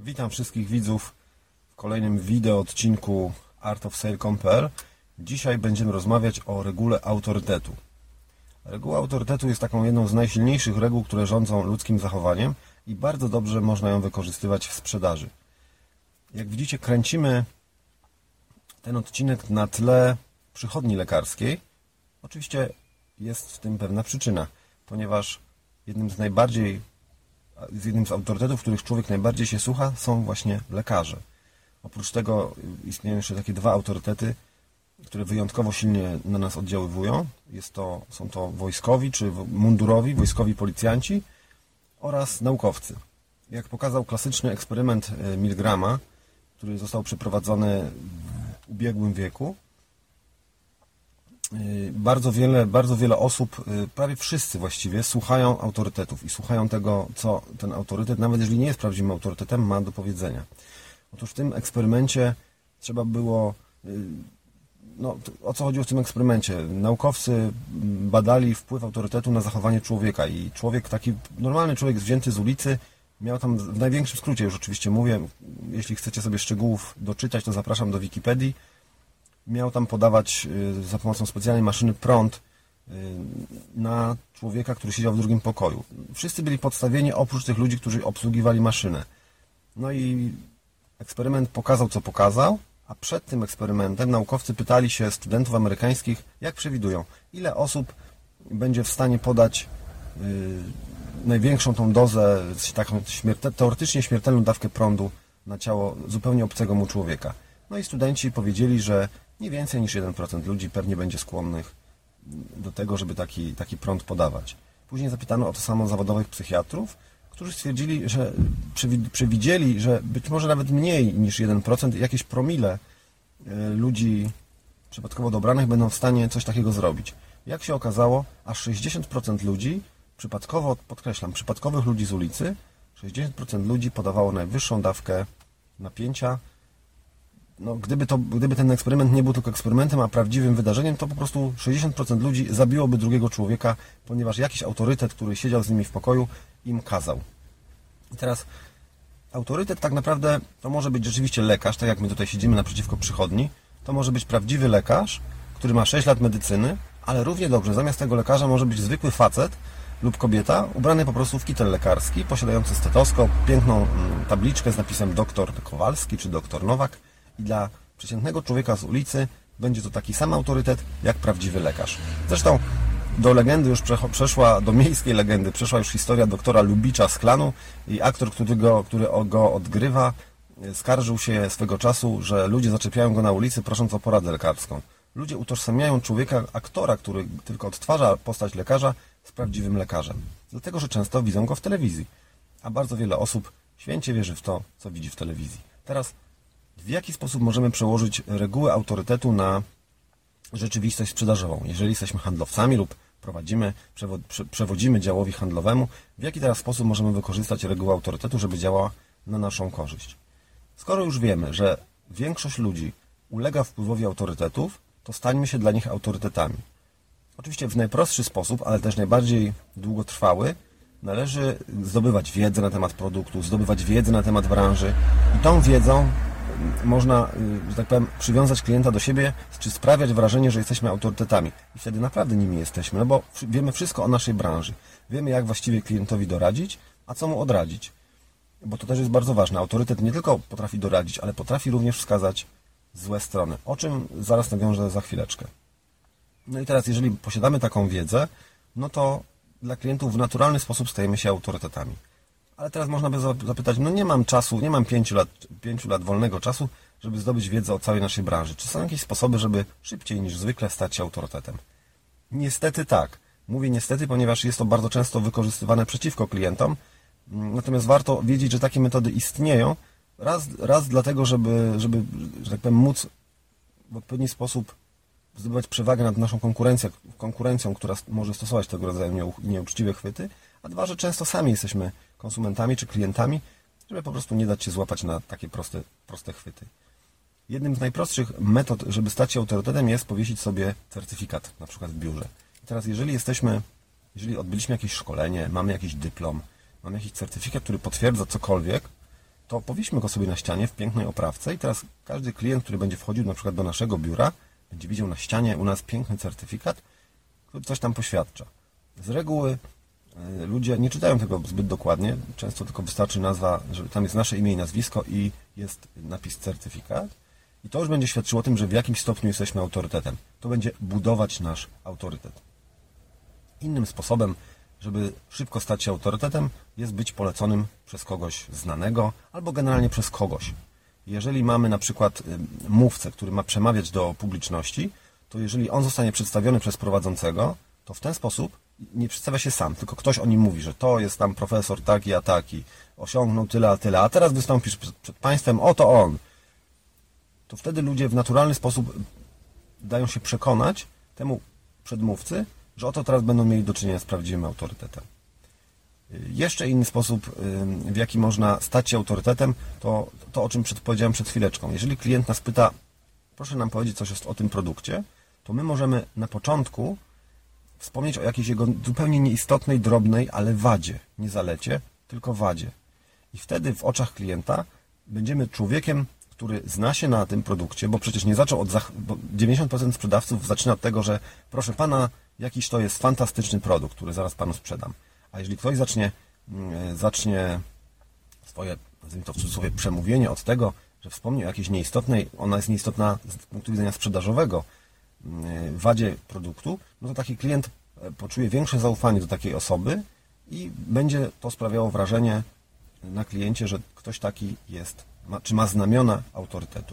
Witam wszystkich widzów w kolejnym wideo odcinku artofsale.pl. Dzisiaj będziemy rozmawiać o regule autorytetu. Reguła autorytetu jest taką jedną z najsilniejszych reguł, które rządzą ludzkim zachowaniem i bardzo dobrze można ją wykorzystywać w sprzedaży. Jak widzicie, kręcimy ten odcinek na tle przychodni lekarskiej. Oczywiście jest w tym pewna przyczyna, ponieważ jednym z autorytetów, których człowiek najbardziej się słucha, są właśnie lekarze. Oprócz tego istnieją jeszcze takie dwa autorytety, które wyjątkowo silnie na nas oddziaływują. Są to wojskowi czy mundurowi, wojskowi policjanci oraz naukowcy. Jak pokazał klasyczny eksperyment Milgrama, który został przeprowadzony w ubiegłym wieku, bardzo wiele osób, prawie wszyscy właściwie, słuchają autorytetów i słuchają tego, co ten autorytet, nawet jeżeli nie jest prawdziwym autorytetem, ma do powiedzenia. Otóż w tym eksperymencie trzeba było... o co chodziło w tym eksperymencie? Naukowcy badali wpływ autorytetu na zachowanie człowieka i taki normalny człowiek wzięty z ulicy miał tam, w największym skrócie już oczywiście mówię, jeśli chcecie sobie szczegółów doczytać, to zapraszam do Wikipedii, miał tam podawać za pomocą specjalnej maszyny prąd na człowieka, który siedział w drugim pokoju. Wszyscy byli podstawieni oprócz tych ludzi, którzy obsługiwali maszynę. No i eksperyment pokazał, co pokazał, a przed tym eksperymentem naukowcy pytali się studentów amerykańskich, jak przewidują, ile osób będzie w stanie podać największą tą dozę, taką teoretycznie śmiertelną dawkę prądu na ciało zupełnie obcego mu człowieka. No i studenci powiedzieli, że nie więcej niż 1% ludzi pewnie będzie skłonnych do tego, żeby taki prąd podawać. Później zapytano o to samo zawodowych psychiatrów, którzy stwierdzili, że przewidzieli, że być może nawet mniej niż 1%, jakieś promile ludzi przypadkowo dobranych będą w stanie coś takiego zrobić. Jak się okazało, aż 60% ludzi, przypadkowych ludzi z ulicy, 60% ludzi podawało najwyższą dawkę napięcia. Gdyby ten eksperyment nie był tylko eksperymentem, a prawdziwym wydarzeniem, to po prostu 60% ludzi zabiłoby drugiego człowieka, ponieważ jakiś autorytet, który siedział z nimi w pokoju, im kazał. I teraz autorytet tak naprawdę to może być rzeczywiście lekarz, tak jak my tutaj siedzimy naprzeciwko przychodni, to może być prawdziwy lekarz, który ma 6 lat medycyny, ale równie dobrze zamiast tego lekarza może być zwykły facet lub kobieta ubrany po prostu w kitel lekarski, posiadający stetoskop, piękną tabliczkę z napisem doktor Kowalski czy doktor Nowak. I dla przeciętnego człowieka z ulicy będzie to taki sam autorytet jak prawdziwy lekarz. Zresztą do legendy już do miejskiej legendy przeszła już historia doktora Lubicza z Klanu i aktor, który go odgrywa, skarżył się swego czasu, że ludzie zaczepiają go na ulicy prosząc o poradę lekarską. Ludzie utożsamiają aktora, który tylko odtwarza postać lekarza, z prawdziwym lekarzem. Dlatego, że często widzą go w telewizji. A bardzo wiele osób święcie wierzy w to, co widzi w telewizji. Teraz w jaki sposób możemy przełożyć reguły autorytetu na rzeczywistość sprzedażową? Jeżeli jesteśmy handlowcami lub przewodzimy działowi handlowemu, w jaki teraz sposób możemy wykorzystać regułę autorytetu, żeby działała na naszą korzyść? Skoro już wiemy, że większość ludzi ulega wpływowi autorytetów, to stańmy się dla nich autorytetami. Oczywiście w najprostszy sposób, ale też najbardziej długotrwały, należy zdobywać wiedzę na temat produktu, zdobywać wiedzę na temat branży i tą wiedzą można, że tak powiem, przywiązać klienta do siebie, czy sprawiać wrażenie, że jesteśmy autorytetami. I wtedy naprawdę nimi jesteśmy, no bo wiemy wszystko o naszej branży. Wiemy, jak właściwie klientowi doradzić, a co mu odradzić. Bo to też jest bardzo ważne. Autorytet nie tylko potrafi doradzić, ale potrafi również wskazać złe strony. O czym zaraz nawiążę za chwileczkę. No i teraz, jeżeli posiadamy taką wiedzę, no to dla klientów w naturalny sposób stajemy się autorytetami. Ale teraz można by zapytać, nie mam czasu, nie mam 5 lat wolnego czasu, żeby zdobyć wiedzę o całej naszej branży. Czy są jakieś sposoby, żeby szybciej niż zwykle stać się autorytetem? Niestety tak. Mówię niestety, ponieważ jest to bardzo często wykorzystywane przeciwko klientom. Natomiast warto wiedzieć, że takie metody istnieją. Raz dlatego, żeby, że tak powiem, móc w odpowiedni sposób zdobywać przewagę nad naszą konkurencją, która może stosować tego rodzaju nieuczciwe chwyty, a dwa, że często sami jesteśmy konsumentami czy klientami, żeby po prostu nie dać się złapać na takie proste chwyty. Jednym z najprostszych metod, żeby stać się autorytetem, jest powiesić sobie certyfikat, na przykład w biurze. I teraz jeżeli odbyliśmy jakieś szkolenie, mamy jakiś dyplom, mamy jakiś certyfikat, który potwierdza cokolwiek, to powieśmy go sobie na ścianie w pięknej oprawce i teraz każdy klient, który będzie wchodził na przykład do naszego biura, będzie widział na ścianie u nas piękny certyfikat, który coś tam poświadcza. Z reguły ludzie nie czytają tego zbyt dokładnie, często tylko wystarczy nazwa, że tam jest nasze imię i nazwisko i jest napis certyfikat. I to już będzie świadczyło o tym, że w jakimś stopniu jesteśmy autorytetem. To będzie budować nasz autorytet. Innym sposobem, żeby szybko stać się autorytetem, jest być poleconym przez kogoś znanego albo generalnie przez kogoś. Jeżeli mamy na przykład mówcę, który ma przemawiać do publiczności, to jeżeli on zostanie przedstawiony przez prowadzącego, to w ten sposób nie przedstawia się sam, tylko ktoś o nim mówi, że to jest tam profesor taki a taki, osiągnął tyle a tyle, a teraz wystąpisz przed państwem, oto on. To wtedy ludzie w naturalny sposób dają się przekonać temu przedmówcy, że oto teraz będą mieli do czynienia z prawdziwym autorytetem. Jeszcze inny sposób, w jaki można stać się autorytetem, to o czym powiedziałem przed chwileczką. Jeżeli klient nas pyta, proszę nam powiedzieć coś o tym produkcie, to my możemy na początku wspomnieć o jakiejś jego zupełnie nieistotnej, drobnej, ale wadzie, nie zalecie, tylko wadzie. I wtedy w oczach klienta będziemy człowiekiem, który zna się na tym produkcie, bo przecież nie zaczął bo 90% sprzedawców zaczyna od tego, że proszę pana, jakiś to jest fantastyczny produkt, który zaraz panu sprzedam. A jeżeli ktoś zacznie swoje, nazwijmy to w cudzysłowie, przemówienie od tego, że wspomni o jakiejś nieistotnej, ona jest nieistotna z punktu widzenia sprzedażowego, wadzie produktu, no to taki klient poczuje większe zaufanie do takiej osoby i będzie to sprawiało wrażenie na kliencie, że ktoś taki jest, czy ma znamiona autorytetu.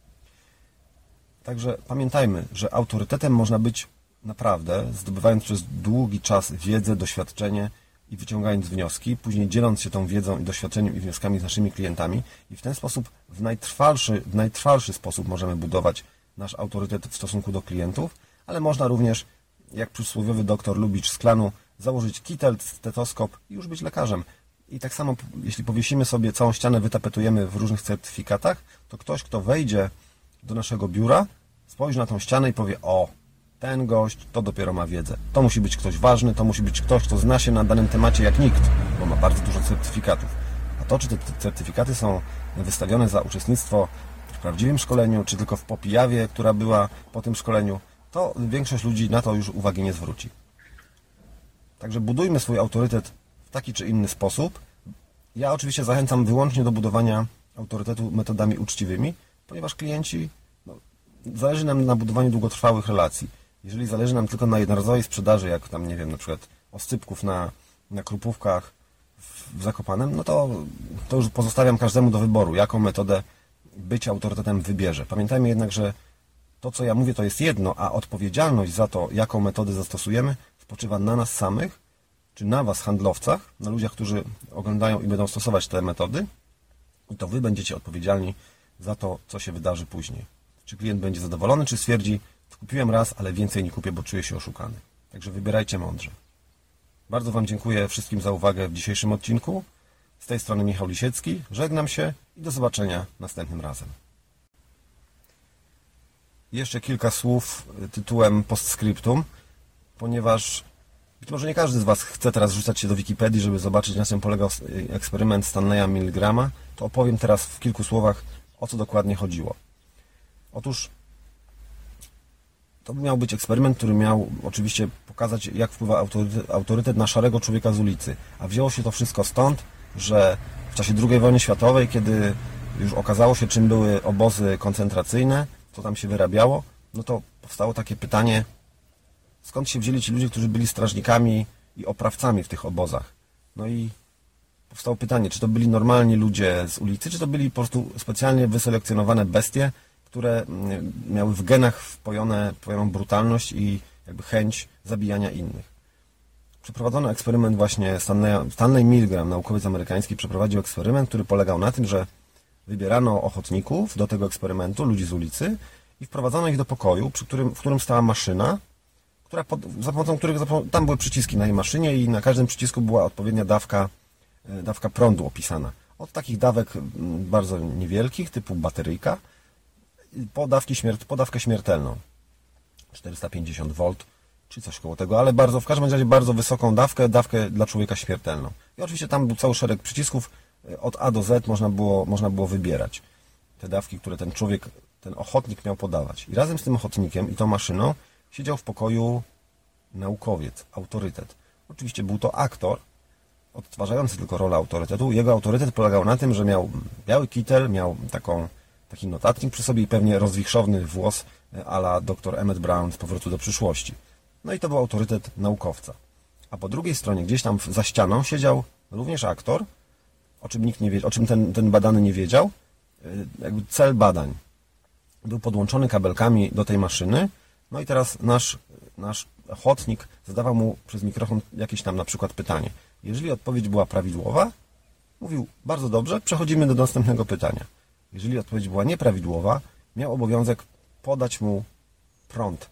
Także pamiętajmy, że autorytetem można być naprawdę, zdobywając przez długi czas wiedzę, doświadczenie i wyciągając wnioski, później dzieląc się tą wiedzą i doświadczeniem i wnioskami z naszymi klientami i w ten sposób w najtrwalszy sposób możemy budować nasz autorytet w stosunku do klientów, ale można również, jak przysłowiowy doktor Lubicz z klanu, założyć kitel, stetoskop i już być lekarzem. I tak samo, jeśli powiesimy sobie całą ścianę, wytapetujemy w różnych certyfikatach, to ktoś, kto wejdzie do naszego biura, spojrzy na tą ścianę i powie, o, ten gość to dopiero ma wiedzę. To musi być ktoś ważny, to musi być ktoś, kto zna się na danym temacie jak nikt, bo ma bardzo dużo certyfikatów. A to, czy te certyfikaty są wystawione za uczestnictwo w prawdziwym szkoleniu, czy tylko w popijawie, która była po tym szkoleniu, to większość ludzi na to już uwagi nie zwróci. Także budujmy swój autorytet w taki czy inny sposób. Ja oczywiście zachęcam wyłącznie do budowania autorytetu metodami uczciwymi, ponieważ klienci, zależy nam na budowaniu długotrwałych relacji. Jeżeli zależy nam tylko na jednorazowej sprzedaży, jak tam, nie wiem, na przykład oscypków na krupówkach w Zakopanem, no to już pozostawiam każdemu do wyboru, jaką metodę bycia autorytetem wybierze. Pamiętajmy jednak, że to, co ja mówię, to jest jedno, a odpowiedzialność za to, jaką metodę zastosujemy, spoczywa na nas samych, czy na was, handlowcach, na ludziach, którzy oglądają i będą stosować te metody, i to wy będziecie odpowiedzialni za to, co się wydarzy później. Czy klient będzie zadowolony, czy stwierdzi, kupiłem raz, ale więcej nie kupię, bo czuję się oszukany. Także wybierajcie mądrze. Bardzo wam dziękuję wszystkim za uwagę w dzisiejszym odcinku. Z tej strony Michał Lisiecki. Żegnam się i do zobaczenia następnym razem. Jeszcze kilka słów tytułem postscriptum, ponieważ być może nie każdy z was chce teraz rzucać się do Wikipedii, żeby zobaczyć, na czym polegał eksperyment Stanleya Milgrama, to opowiem teraz w kilku słowach, o co dokładnie chodziło. Otóż to miał być eksperyment, który miał oczywiście pokazać, jak wpływa autorytet na szarego człowieka z ulicy. A wzięło się to wszystko stąd, że w czasie II wojny światowej, kiedy już okazało się, czym były obozy koncentracyjne, co tam się wyrabiało, no to powstało takie pytanie, skąd się wzięli ci ludzie, którzy byli strażnikami i oprawcami w tych obozach. No i powstało pytanie, czy to byli normalni ludzie z ulicy, czy to byli po prostu specjalnie wyselekcjonowane bestie, które miały w genach wpojoną brutalność i jakby chęć zabijania innych. Przeprowadzono eksperyment właśnie, Stanley Milgram, naukowiec amerykański, przeprowadził eksperyment, który polegał na tym, że wybierano ochotników do tego eksperymentu, ludzi z ulicy i wprowadzono ich do pokoju, w którym stała maszyna, za pomocą których tam były przyciski na jej maszynie i na każdym przycisku była odpowiednia dawka prądu opisana. Od takich dawek bardzo niewielkich, typu bateryjka, po dawkę śmiertelną. 450 V, czy coś koło tego, ale w każdym razie bardzo wysoką dawkę dla człowieka śmiertelną. I oczywiście tam był cały szereg przycisków, od A do Z można było wybierać te dawki, które ten ochotnik miał podawać. I razem z tym ochotnikiem i tą maszyną siedział w pokoju naukowiec, autorytet. Oczywiście był to aktor, odtwarzający tylko rolę autorytetu. Jego autorytet polegał na tym, że miał biały kitel, miał taki notatnik przy sobie i pewnie rozwichrzowny włos a la dr Emmett Brown z Powrotu do przyszłości. No i to był autorytet naukowca. A po drugiej stronie, gdzieś tam za ścianą, siedział również aktor, o czym nikt nie wiedział, o czym ten badany nie wiedział. Jakby cel badań był podłączony kabelkami do tej maszyny. No i teraz nasz ochotnik zadawał mu przez mikrofon jakieś tam na przykład pytanie. Jeżeli odpowiedź była prawidłowa, mówił: bardzo dobrze, przechodzimy do następnego pytania. Jeżeli odpowiedź była nieprawidłowa, miał obowiązek podać mu prąd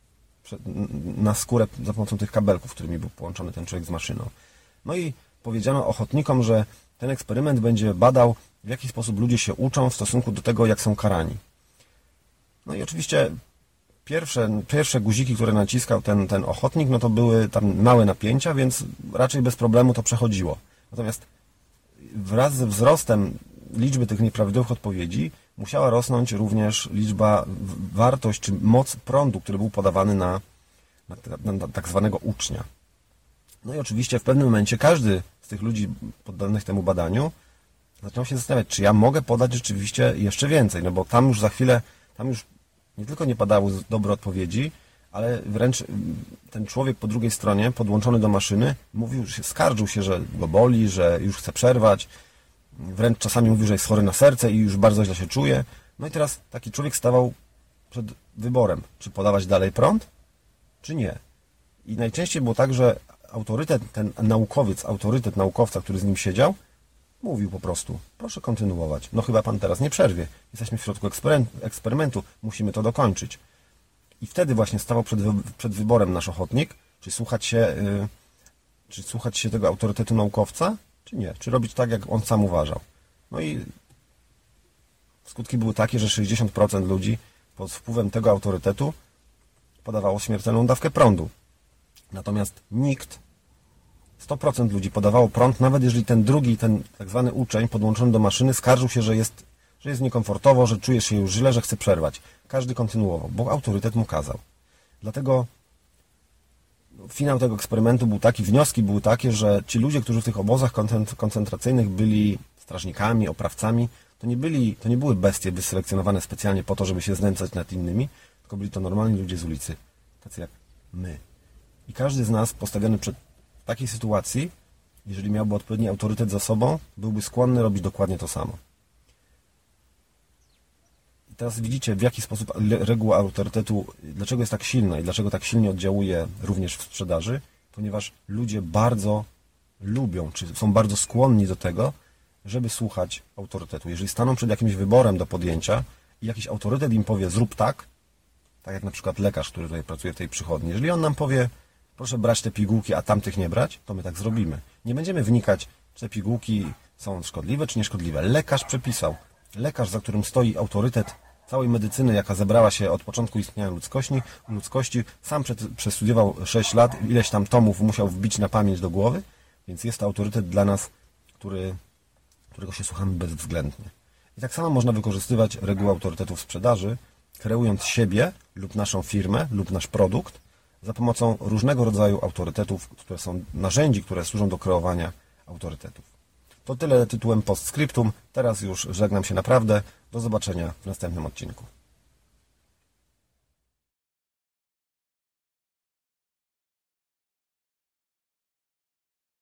na skórę za pomocą tych kabelków, którymi był połączony ten człowiek z maszyną. No i powiedziano ochotnikom, że ten eksperyment będzie badał, w jaki sposób ludzie się uczą w stosunku do tego, jak są karani. No i oczywiście pierwsze guziki, które naciskał ten ochotnik, no to były tam małe napięcia, więc raczej bez problemu to przechodziło. Natomiast wraz ze wzrostem liczby tych nieprawidłowych odpowiedzi musiała rosnąć również wartość czy moc prądu, który był podawany na tak zwanego ucznia. No i oczywiście w pewnym momencie każdy z tych ludzi poddanych temu badaniu zaczął się zastanawiać, czy ja mogę podać rzeczywiście jeszcze więcej, no bo tam już za chwilę, nie tylko nie padały dobre odpowiedzi, ale wręcz ten człowiek po drugiej stronie, podłączony do maszyny, skarżył się, że go boli, że już chce przerwać, wręcz czasami mówił, że jest chory na serce i już bardzo źle się czuje. No i teraz taki człowiek stawał przed wyborem, czy podawać dalej prąd, czy nie. I najczęściej było tak, że autorytet naukowca, który z nim siedział, mówił po prostu: proszę kontynuować. No chyba pan teraz nie przerwie. Jesteśmy w środku eksperymentu. Musimy to dokończyć. I wtedy właśnie stawał przed wyborem nasz ochotnik, czy słuchać się tego autorytetu naukowca, czy nie. Czy robić tak, jak on sam uważał. No i skutki były takie, że 60% ludzi pod wpływem tego autorytetu podawało śmiertelną dawkę prądu. Natomiast 100% ludzi podawało prąd, nawet jeżeli ten drugi, ten tak zwany uczeń podłączony do maszyny skarżył się, że jest niekomfortowo, że czuje się już źle, że chce przerwać. Każdy kontynuował, bo autorytet mu kazał. Dlatego finał tego eksperymentu był taki, wnioski były takie, że ci ludzie, którzy w tych obozach koncentracyjnych byli strażnikami, oprawcami, to nie były bestie wyselekcjonowane specjalnie po to, żeby się znęcać nad innymi, tylko byli to normalni ludzie z ulicy, tacy jak my. I każdy z nas postawiony przed takiej sytuacji, jeżeli miałby odpowiedni autorytet za sobą, byłby skłonny robić dokładnie to samo. I teraz widzicie, w jaki sposób reguła autorytetu, dlaczego jest tak silna i dlaczego tak silnie oddziałuje również w sprzedaży, ponieważ ludzie bardzo lubią, czy są bardzo skłonni do tego, żeby słuchać autorytetu. Jeżeli staną przed jakimś wyborem do podjęcia i jakiś autorytet im powie: zrób tak jak na przykład lekarz, który tutaj pracuje w tej przychodni, jeżeli on nam powie: proszę brać te pigułki, a tamtych nie brać, to my tak zrobimy. Nie będziemy wnikać, czy te pigułki są szkodliwe, czy nieszkodliwe. Lekarz przepisał. Lekarz, za którym stoi autorytet całej medycyny, jaka zebrała się od początku istnienia ludzkości, sam przestudiował 6 lat, ileś tam tomów musiał wbić na pamięć do głowy, więc jest to autorytet dla nas, którego się słuchamy bezwzględnie. I tak samo można wykorzystywać regułę autorytetu w sprzedaży, kreując siebie lub naszą firmę, lub nasz produkt za pomocą różnego rodzaju autorytetów, które są narzędzi, które służą do kreowania autorytetów. To tyle tytułem postscriptum. Teraz już żegnam się naprawdę. Do zobaczenia w następnym odcinku.